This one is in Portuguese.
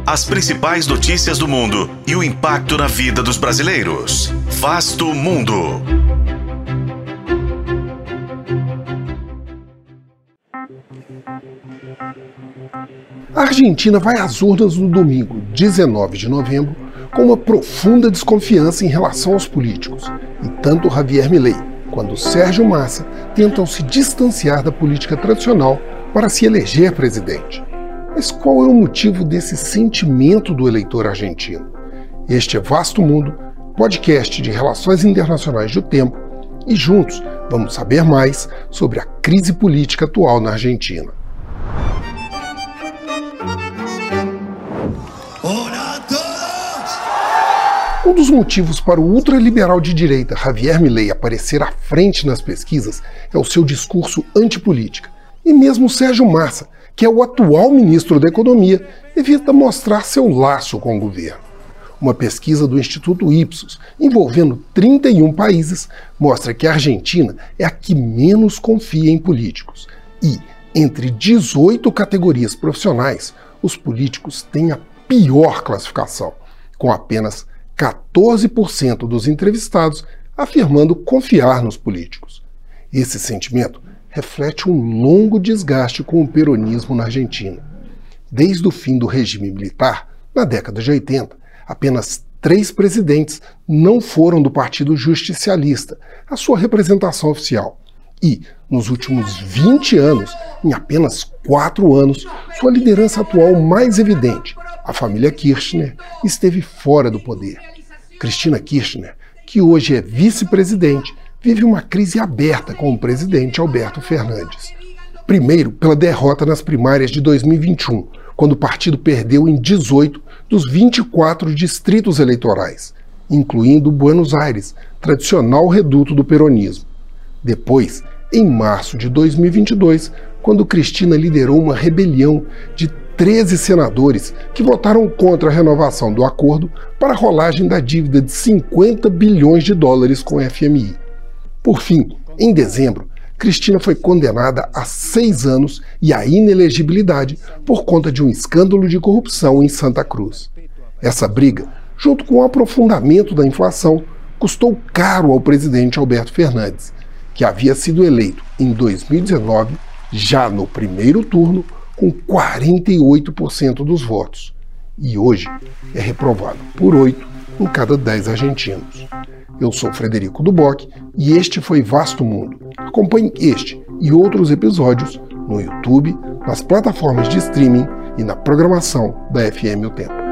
As principais notícias do mundo e o impacto na vida dos brasileiros. Vasto Mundo. A Argentina vai às urnas no domingo, 19 de novembro, com uma profunda desconfiança em relação aos políticos. E tanto Javier Milei quanto Sérgio Massa tentam se distanciar da política tradicional para se eleger presidente. Mas qual é o motivo desse sentimento do eleitor argentino? Este é Vasto Mundo, podcast de relações internacionais do Tempo, e juntos vamos saber mais sobre a crise política atual na Argentina. Um dos motivos para o ultraliberal de direita Javier Milei aparecer à frente nas pesquisas é o seu discurso antipolítica. E mesmo Sérgio Massa, que é o atual ministro da Economia, evita mostrar seu laço com o governo. Uma pesquisa do Instituto Ipsos, envolvendo 31 países, mostra que a Argentina é a que menos confia em políticos. E, entre 18 categorias profissionais, os políticos têm a pior classificação, com apenas 14% dos entrevistados afirmando confiar nos políticos. Esse sentimento reflete um longo desgaste com o peronismo na Argentina. Desde o fim do regime militar, na década de 80, apenas 3 presidentes não foram do Partido Justicialista, a sua representação oficial. E, nos últimos 20 anos, em apenas 4 anos, sua liderança atual mais evidente, a família Kirchner, esteve fora do poder. Cristina Kirchner, que hoje é vice-presidente, vive uma crise aberta com o presidente Alberto Fernandes. Primeiro, pela derrota nas primárias de 2021, quando o partido perdeu em 18 dos 24 distritos eleitorais, incluindo Buenos Aires, tradicional reduto do peronismo. Depois, em março de 2022, quando Cristina liderou uma rebelião de 13 senadores que votaram contra a renovação do acordo para a rolagem da dívida de 50 bilhões de dólares com o FMI. Por fim, em dezembro, Cristina foi condenada a 6 anos e à inelegibilidade por conta de um escândalo de corrupção em Santa Cruz. Essa briga, junto com o aprofundamento da inflação, custou caro ao presidente Alberto Fernandes, que havia sido eleito em 2019, já no primeiro turno, com 48% dos votos, e hoje é reprovado por 8 em cada 10 argentinos. Eu sou Frederico Duboc e este foi Vasto Mundo. Acompanhe este e outros episódios no YouTube, nas plataformas de streaming e na programação da FM O Tempo.